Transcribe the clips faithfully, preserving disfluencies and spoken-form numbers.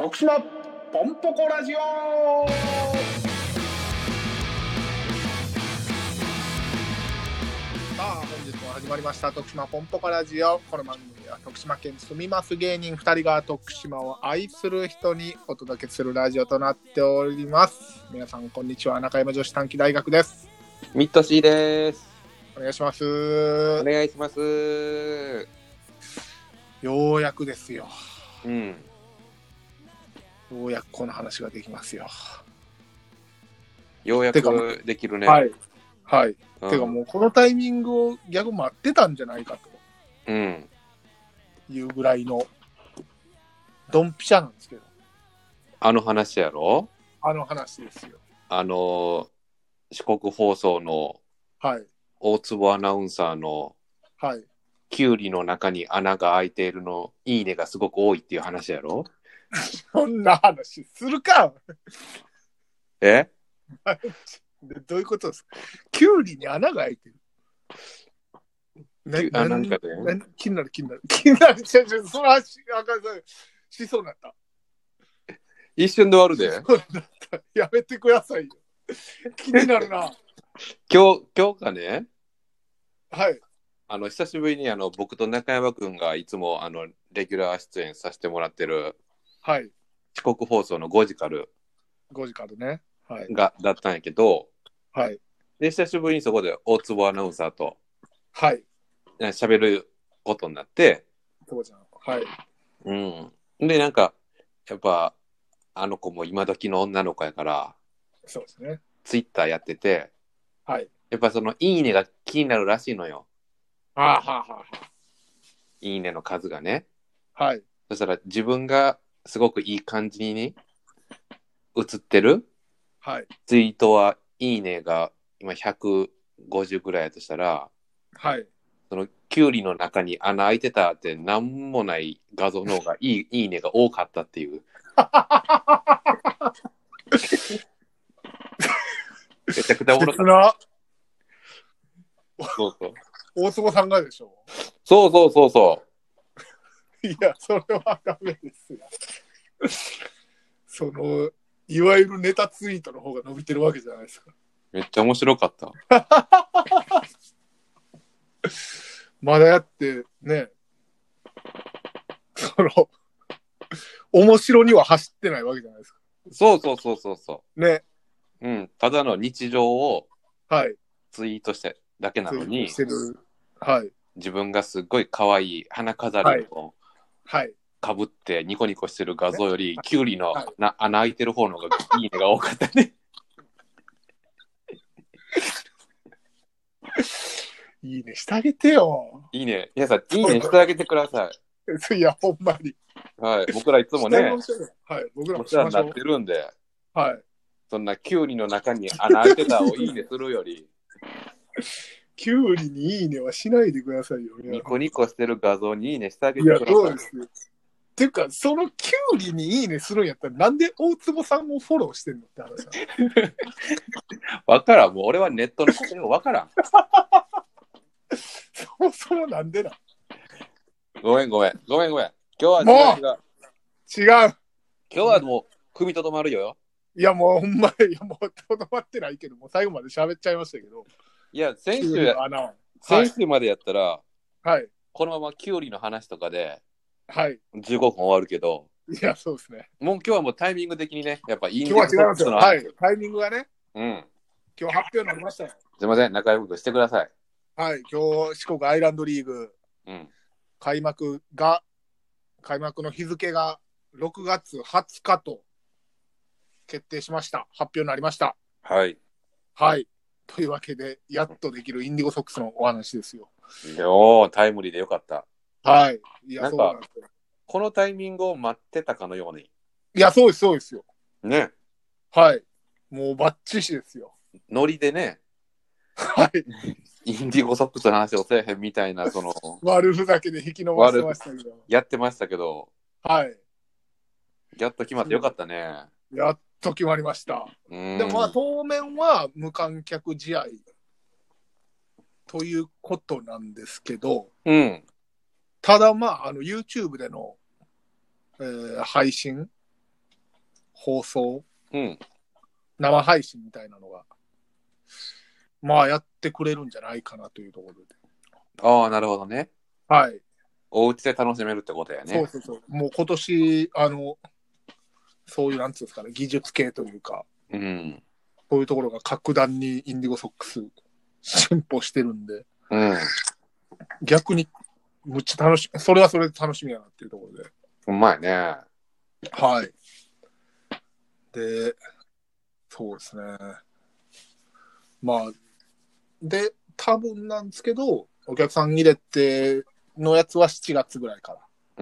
徳島ポンポコラジオ。さあ本日も始まりました徳島ポンポコラジオ。この番組は徳島県に住みます芸人ふたりが徳島を愛する人にお届けするラジオとなっております。皆さんこんにちは、中山女子短期大学です。 ミッドシーです。 お願いします。 お願いします。 ようやくですよ。 うん。 ようやくこの話ができますよ。 ようやくできるね。 はいはい、 うん、 てかもうこのタイミングを逆待ってたんじゃないかというぐらいのドンピシャなんですけど。 あの話やろ。 あの話ですよ。 あの四国放送の大坪アナウンサーのはいキュウリの中に穴が開いているのいいねがすごく多いっていう話やろ。 そんな話するか。 えどういうことですか。キュウリに穴が開いてる。 ね、あなんかね、 気になる気になる気になる。その話あかんしそうになった。 一瞬で終わるで。 やめてくださいよ。気になるな。 今日今日かね。 はい。 あの久しぶりにあの僕と中山くんがいつもあのレギュラー出演させてもらってる、 はい、 四国放送のゴジカルゴジカルね、はい、 がだったんやけど、 はい、で久しぶりにそこで大坪アナウンサーとはい喋ることになって、 そうじゃん、はい、 うん、でなんかやっぱあの子も今時の女の子やからそうですね、 ツイッターやってて、 はい、 やっぱそのいいねが気になるらしいのよ。 はあはあはあ、 いいねの数がね。 はい。 そしたら自分がすごくいい感じに映ってる、 はい、 ツイートはいいねが今ひゃくごじゅうぐらいやとしたら、 はい、 そのキュウリの中に穴開いてたってなんもない画像の方がいいいいねが多かったっていう。めちゃくちゃおもろかった。そうそう。 大坪さんがでしょ。 そうそうそうそう。 いや、それはダメですよ。そのいわゆるネタツイートの方が伸びてるわけじゃないですか。 めっちゃ面白かった。 まだやってね、その面白には走ってないわけじゃないですか。 そうそうそうそうそうね。 うん、ただの日常をツイートしただけなのに、 はい、 自分がすごい可愛い花飾りをかぶってニコニコしてる画像より、はい、キュウリの、はい、な穴開いてる方のがいいねが多かったね。 いいねしてあげてよ。 いいね、皆さんいいねしてあげてください。いやほんまに。 はい、僕らいつもね、はい、 僕らもお世話になってるんで、 はい。 そんなキュウリの中に穴開いてたをいいねするより。 キュウリにいいねはしないでくださいよ。 ニコニコしてる画像にいいねしてあげてください。 いや、そうですよ。っていうか、そのキュウリにいいねするんやったら、なんで大坪さんをフォローしてんのって話だ。 わからん、もう俺はネットのことよわからん。 そもそもなんでな。 ごめんごめん、ごめんごめん。今日は違う違う。 違う。 今日はもう、踏みとどまるよ。 いや、もうほんまに、いやもうとどまってないけど、もう最後まで喋っちゃいましたけど。 いや、先週、先週までやったら、はい、このままキュウリの話とかで、 はい、 じゅうごふん終わるけど、 いや、そうですね。 もう今日はもうタイミング的にね、やっぱいいんで。 今日は違いますよ。はい、タイミングがね。 うん。 今日発表になりましたよ。 すいません、仲良くしてください。 はい、今日四国アイランドリーグ、うん、開幕が、開幕の日付がろくがつはつかと決定しました。発表になりました。 はい。 はい。というわけで、やっとできるインディゴソックスのお話ですよ。 おー、タイムリーでよかった。 はい。いや、 なんかそうなんですよ。このタイミングを待ってたかのように。 いや、そうです、そうですよ。 ね。 はい。もうバッチシですよ。 ノリでね。 はい。 インディゴソックスの話をせえへんみたいな、その。 悪ふざけで引き伸ばしてましたけど。 やってましたけど。 はい。 やっと決まってよかったね。 やっと決まりました。でもまあ当面は無観客試合ということなんですけど、うん、ただまああの YouTube での、えー、配信放送、 うん、 生配信みたいなのが、まあやってくれるんじゃないかなというところで。 ああ、なるほどね。 はい。 お家で楽しめるってことやね。 そうそうそう。もう今年、あの、そういうなんつうんですかね、技術系というか、 うん、 そういうところが格段にインディゴソックス進歩してるんで、 うん、 逆にむっちゃ楽しみ、それはそれで楽しみやなっていうところで。 うまいね。 はい。で、そうですね。まあ、で、多分なんですけど、お客さん入れてのやつはしちがつぐらいかうん。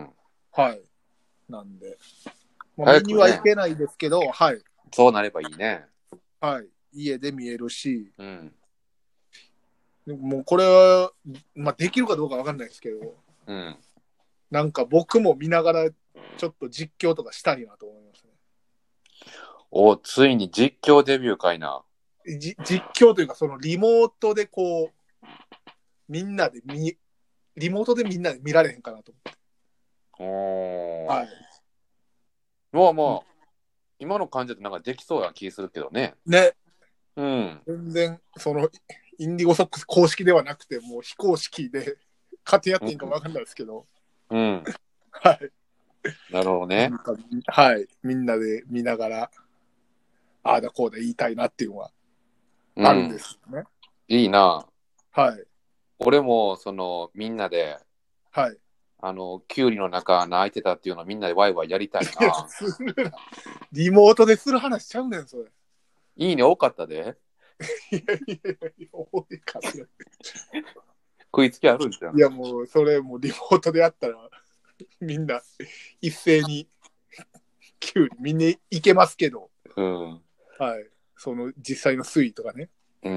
ら。はい。なんで、まあ、見にはいけないですけど、ね、はい。 そうなればいいね。 はい。家で見えるし、 うん。 もうこれは、まあ、できるかどうかわかんないですけど、 うん。 なんか僕も見ながらちょっと実況とかしたいなと思いますね。 お、ついに実況デビューかいな。 じ実況というか、そのリモートでこう、みんなで見、リモートでみんなで見られへんかなと思って。 おー。 はい。 もうもう、今の感じだとなんかできそうな気するけどね。 ね。 うん。 全然、その、インディゴソックス公式ではなくて、もう非公式で、勝手にやっていいかわかんないですけど。 うん。 はい。 なるほどね。 はい。みんなで見ながら、ああだこうだ言いたいなっていうのはあるんですよね。 うん、いいな。 はい。 俺も、その、みんなで、 はい。 あの、キュウリの中泣いてたっていうのをみんなでワイワイやりたいな。 いや、するな。リモートでする話しちゃうねん、それ。 いいね、多かったで。 いやいやいや、多いかしら。 食いつきあるんじゃん。 いや、もう、それ、もうリモートでやったら、みんな一斉に、キュウリ見に行けますけど、 うん。 はい。その実際の推移とかね。 うん。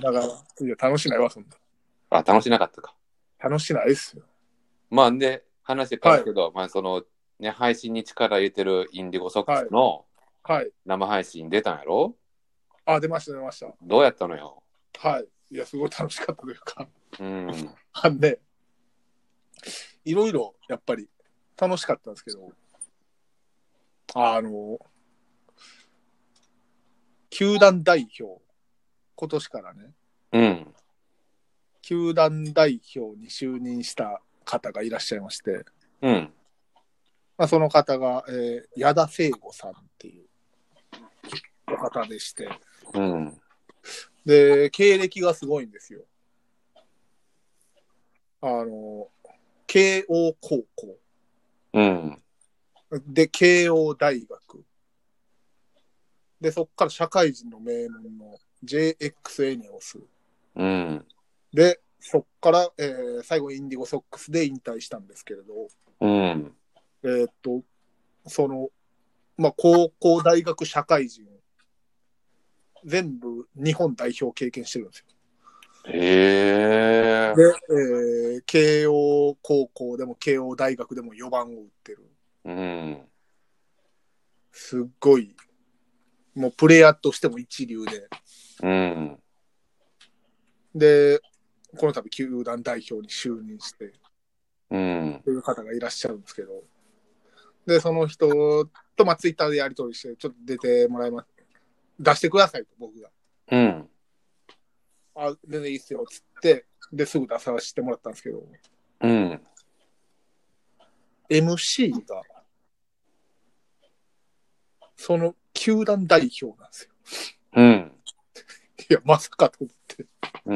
だから、いや、楽しないわ、そんな。 あ、楽しなかったか。 楽しないっすよ。 まあ、で、話変わるけど、はい、まあ、その、ね、配信に力入れてるインディゴソックスの生配信出たんやろ？ はい、あ、出ました、出ました。 どうやったのよ？ はい。いや、すごい楽しかったというか。 うん。 あんで、いろいろ、やっぱり、楽しかったんですけど、あの、球団代表、今年からね、 うん。 球団代表に就任した方がいらっしゃいまして、 うん。 まあ、その方が、えー、矢田聖吾さんっていうお方でして、 うん。 で、経歴がすごいんですよ。あの、慶応高校。 うん。 で、慶応大学。で、そこから社会人の名門の ジェイエックス エネオス。 うん。 で、そこから、えー、最後インディゴソックスで引退したんですけれど、 うん。 えー、っと、その、まあ、高校、大学、社会人、全部日本代表経験してるんですよ。 へー。 で、えー、慶応高校でも慶応大学でもよばんを打ってる。 うん。 すっごい、もうプレイヤーとしても一流で。 うん。 で、この度球団代表に就任して、 うん。 という方がいらっしゃるんですけど、で、その人と、まあ、ツイッターでやり取りして、ちょっと出てもらいます。出してくださいと、僕が。 うん。 あ、全然いいっすよ、つって、で、すぐ出させてもらったんですけど、 うん。 エムシー が、その球団代表なんですよ。 うん。 いや、まさかと思って。 うん。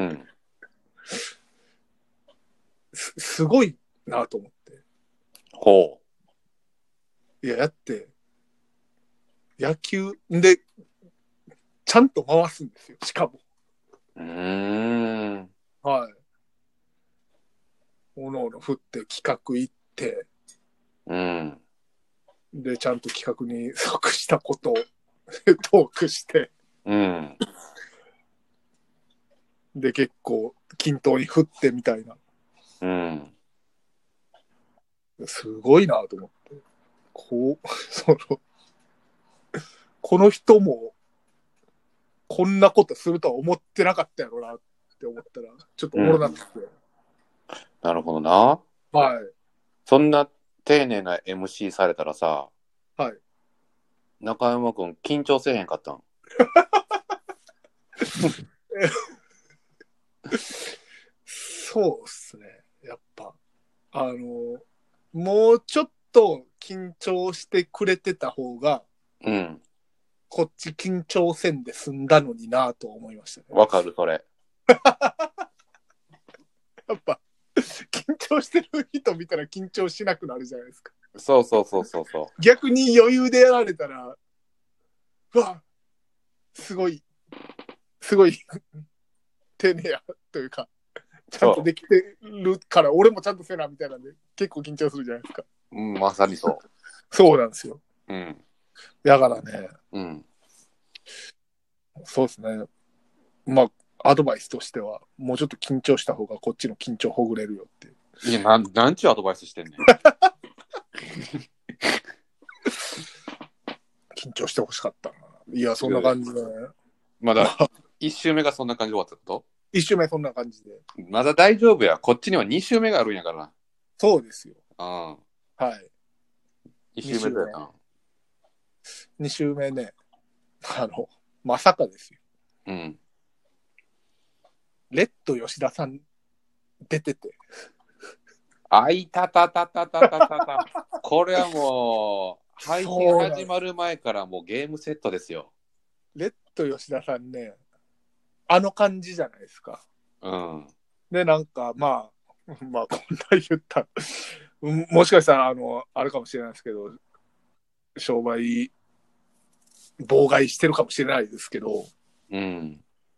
す、すごいなと思って。 ほう。いや、やって、野球で、ちゃんと回すんですよ、しかも。 うーん。 はい。おのおの振って企画行って、 うん。 で、ちゃんと企画に即したことをトークして、 うん。 で、結構均等に振ってみたいな。 うん。 すごいなと思って。こう、その、この人も、こんなことするとは思ってなかったやろなって思ったら、ちょっとおもろなってきて、うん。 なるほどな。 はい。 そんな丁寧な エムシー されたらさ、 はい。 中山くん、緊張せえへんかったん？ そうっすね。やっぱ、あの、もうちょっと緊張してくれてた方が、 うん。 こっち緊張せんで済んだのになぁと思いましたね。 わかる、それ。 やっぱ、緊張してる人見たら緊張しなくなるじゃないですか。 そうそうそうそうそう。 逆に余裕でやられたら、うわ、すごい、すごい、丁寧やというか、ちゃんとできてるから、俺もちゃんとせなみたいなんで、結構緊張するじゃないですか。 うん、まさにそう。 そうなんですよ。 うん。 だからね、 うん。 そうですね。まあ、アドバイスとしては、もうちょっと緊張した方がこっちの緊張ほぐれるよっていう。 いや、なん、なんちゅうアドバイスしてんねん。 緊張してほしかったな。いや、そんな感じで、ね。 まだ、一周目がそんな感じで終わったこと？ 一周目そんな感じで。 まだ大丈夫や。こっちには二周目があるんやからな。 そうですよ。 うん。 はい。 一周目だよな。 二周目ね、あの、まさかですよ。 うん。 レッド吉田さん出てて。 あいたたたたたたたた。これはもう、配信始まる前からもうゲームセットですよ。 レッド吉田さんね、あの感じじゃないですか。 うん。 で、なんか、まあ、まあ、こんな言ったら、もしかしたら、あの、あるかもしれないですけど、商売、妨害してるかもしれないですけど、 うん。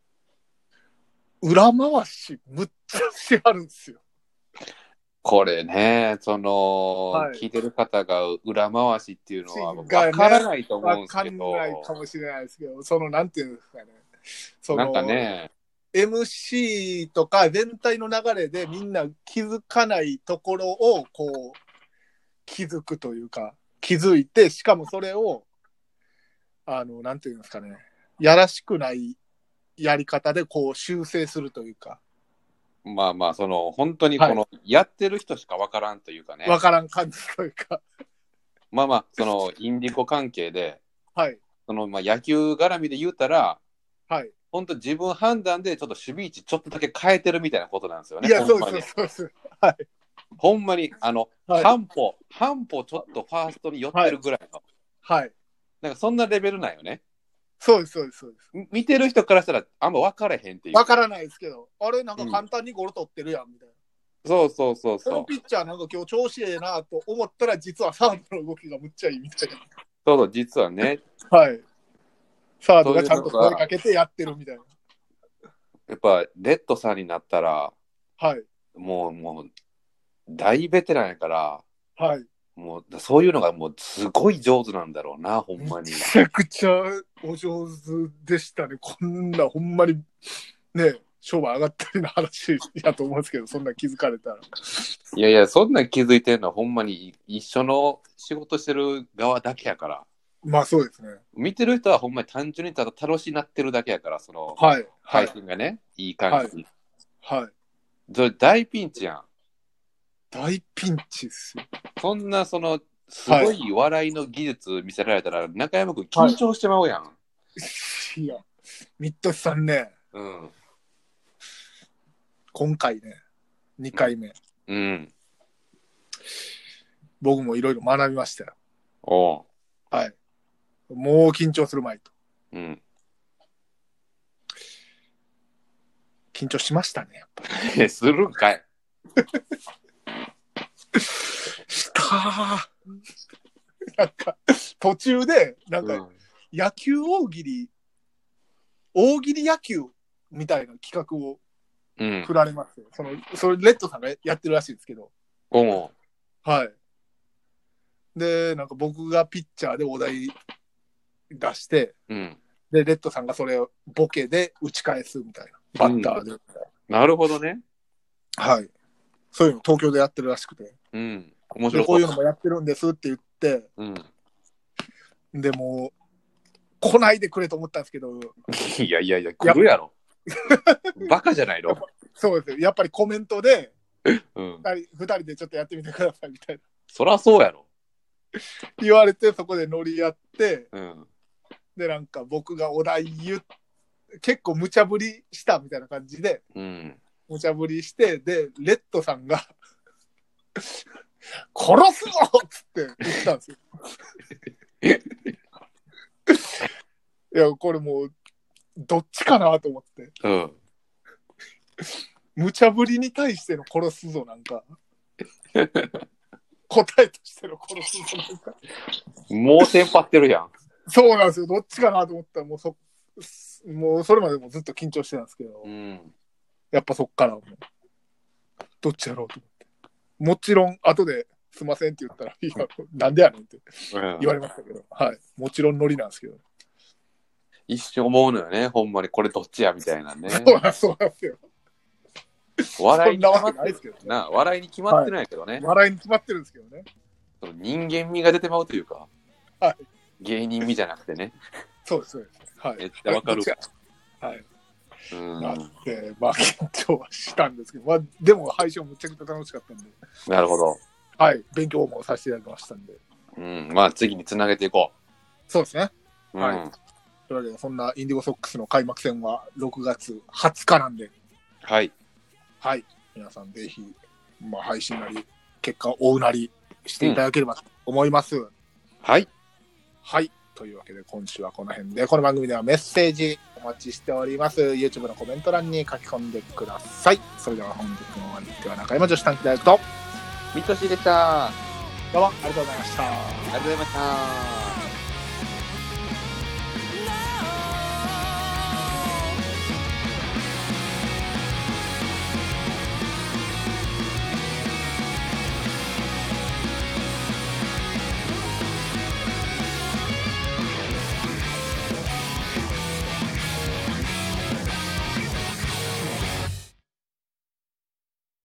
裏回し、むっちゃしはるんですよ。 これね、その、はい、聞いてる方が裏回しっていうのは分からないと思うんですけど、 分かんないかもしれないですけど、その、なんていうんですかね。そのなんかね、 エムシー とか全体の流れでみんな気づかないところをこう気づくというか、気づいて、しかもそれをあのなんていうんですかね、やらしくないやり方でこう修正するというか、 まあまあその本当にこの、はい、やってる人しか分からんというかね、 分からん感じというか、 まあまあそのインディコ関係で、 はい、 そのまあ野球絡みで言うたら、 はい。 本当自分判断でちょっと守備位置ちょっとだけ変えてるみたいなことなんですよね。 いや、そうそうそうそう。はい。 ほんまに、あの、はい、半歩、半歩ちょっとファーストに寄ってるぐらいの。 はい。はい、 なんかそんなレベルなんよね。 そうです、そうです、そうです。 見てる人からしたらあんま分からへんっていう。 分からないですけど、あれなんか簡単にゴロ取ってるやん、みたいな。 そうそうそうそう。 このピッチャーなんか今日調子ええなと思ったら、実はサードの動きがむっちゃいいみたいな。 そうそう、実はね。 はい。サードがちゃんと声かけてやってるみたいな。 やっぱレッドさんになったら、 はい、 もうもう大ベテランやから、 はい、 もうそういうのがもうすごい上手なんだろうな、ほんまに。 めちゃくちゃお上手でしたね。こんなほんまにね、商売上がったりの話やと思うんですけど、そんな気づかれたら。 いやいや、そんな気づいてるのはほんまに一緒の仕事してる側だけやから。 まあそうですね。 見てる人はほんまに単純にただ楽しになってるだけやから、その、 はい、 配信がね、いい感じに。 はい。はい、 それ大ピンチやん。 大ピンチっすよ。 そんな、その、すごい笑いの技術見せられたら、はい、中山君緊張してまうやん。はい、いや、ミッドさんね、 うん、 今回ね、にかいめ。 うん。うん、 僕もいろいろ学びましたよ。 おう。 はい。もう緊張するまいと。 うん。 緊張しましたね、やっぱり。 するんかい。 したー。なんか、途中で、なんか、野球大喜利、大喜利野球みたいな企画を振られますよ。うん、その、それ、レッドさんがやってるらしいですけど。 おう。 はい。で、なんか僕がピッチャーでお題出して、 うん、 で、レッドさんがそれをボケで打ち返すみたいな。バッターで。うん、 なるほどね。 はい。そういうの東京でやってるらしくて。 うん。面白い。 こういうのもやってるんですって言って、 うん、 でも、来ないでくれと思ったんですけど。 いやいやいや、来るやろ。バカじゃないの。 そうですよ。やっぱりコメントで、 うん、 ふたり、ふたりでちょっとやってみてくださいみたいな。 そらそうやろ。 言われて、そこで乗り合って、 うん、 で、なんか僕がお題言っ結構無茶ぶりしたみたいな感じで、 うん、 無茶ぶりして、で、レッドさんが、殺すぞっつって言ったんですよ。いや、これもう、どっちかなと思って。 うん。 無茶ぶりに対しての殺すぞなんか。答えとしての殺すぞなんか。 もうテンパってるやん。 そうなんですよ。どっちかなと思ったら、もうそ、もうそれまでもずっと緊張してたんですけど、 うん、 やっぱそっからもう、どっちやろうと思って。もちろん、後ですいませんって言ったら、いや、なんでやねんって言われましたけど、うん、はい。もちろんノリなんですけど。 一瞬思うのよね、ほんまにこれどっちやみたいなね。 そうなんそうなんですよ。 笑いに決まってるな、笑いに決まってないけどね、はい。 笑いに決まってるんですけどね。 その人間味が出てまうというか、 はい、 芸人味じゃなくてね。 そうです、そうです。はい、 めっちゃわかる。 はい。 うん。 なって、まあ緊張はしたんですけど、まあでも配信もむちゃくちゃ楽しかったんで。 なるほど。 はい、勉強もさせていただきましたんで。 うん、まあ次につなげていこう。そうですね。 うん、 はい。というわけで、そんなインディゴソックスの開幕戦はろくがつはつかなんで。 はい。 はい。皆さんぜひ、まあ配信なり、結果を追うなりしていただければと思います。うん、 はい。 はい。というわけで今週はこの辺で、この番組ではメッセージお待ちしております。YouTube のコメント欄に書き込んでください。それでは本日のお相手は中山女子短期大学と三年でした。 どうもありがとうございました。ありがとうございました。